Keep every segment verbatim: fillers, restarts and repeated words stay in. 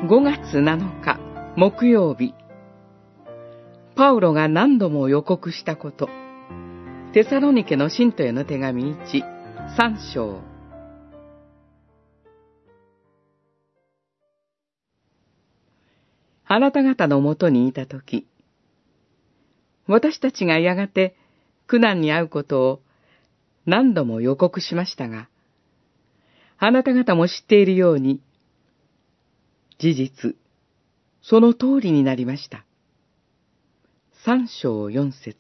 ごがつなのか木曜日、パウロが何度も予告したこと。テサロニケの信徒への手紙いち、さん章。あなた方のもとにいたとき、私たちがやがて苦難に遭うことを何度も予告しましたが、あなた方も知っているように、事実、その通りになりました。三章四節。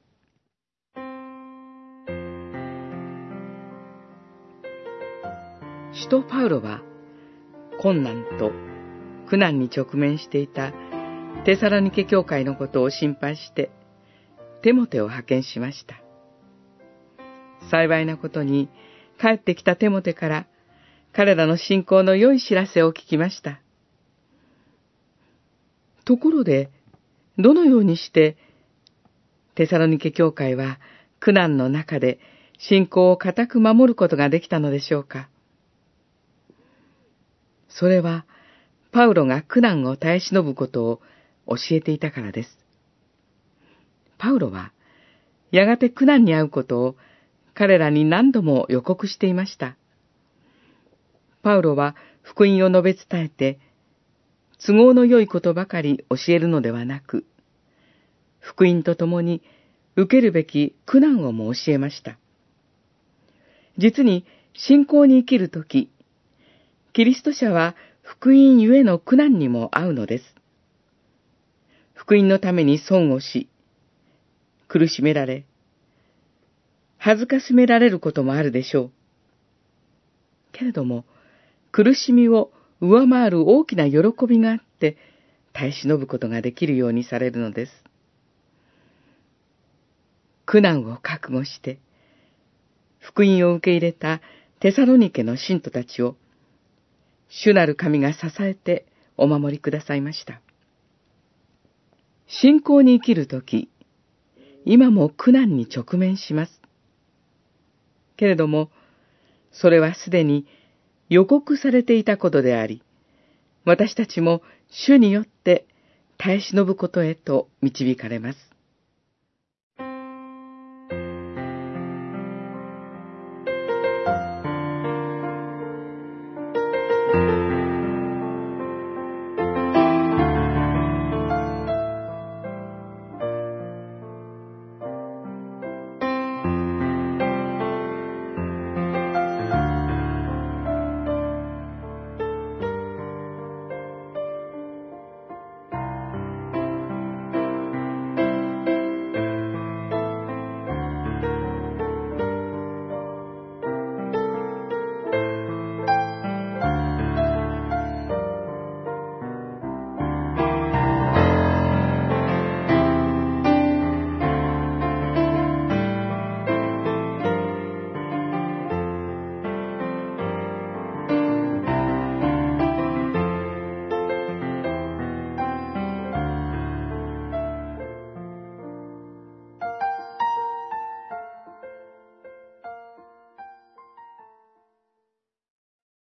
使徒パウロは困難と苦難に直面していたテサロニケ教会のことを心配してテモテを派遣しました。幸いなことに帰ってきたテモテから彼らの信仰の良い知らせを聞きました。ところで、どのようにしてテサロニケ教会は苦難の中で信仰を固く守ることができたのでしょうか。それはパウロが苦難を耐え忍ぶことを教えていたからです。パウロはやがて苦難に遭うことを彼らに何度も予告していました。パウロは福音を述べ伝えて、都合の良いことばかり教えるのではなく、福音とともに受けるべき苦難をも教えました。実に信仰に生きるとき、キリスト者は福音ゆえの苦難にも遭うのです。福音のために損をし、苦しめられ、恥ずかしめられることもあるでしょう。けれども、苦しみを上回る大きな喜びがあって、耐え忍ぶことができるようにされるのです。苦難を覚悟して、福音を受け入れたテサロニケの信徒たちを、主なる神が支えてお守りくださいました。信仰に生きるとき、今も苦難に直面します。けれども、それはすでに予告されていたことであり、私たちも主によって耐え忍ぶことへと導かれます。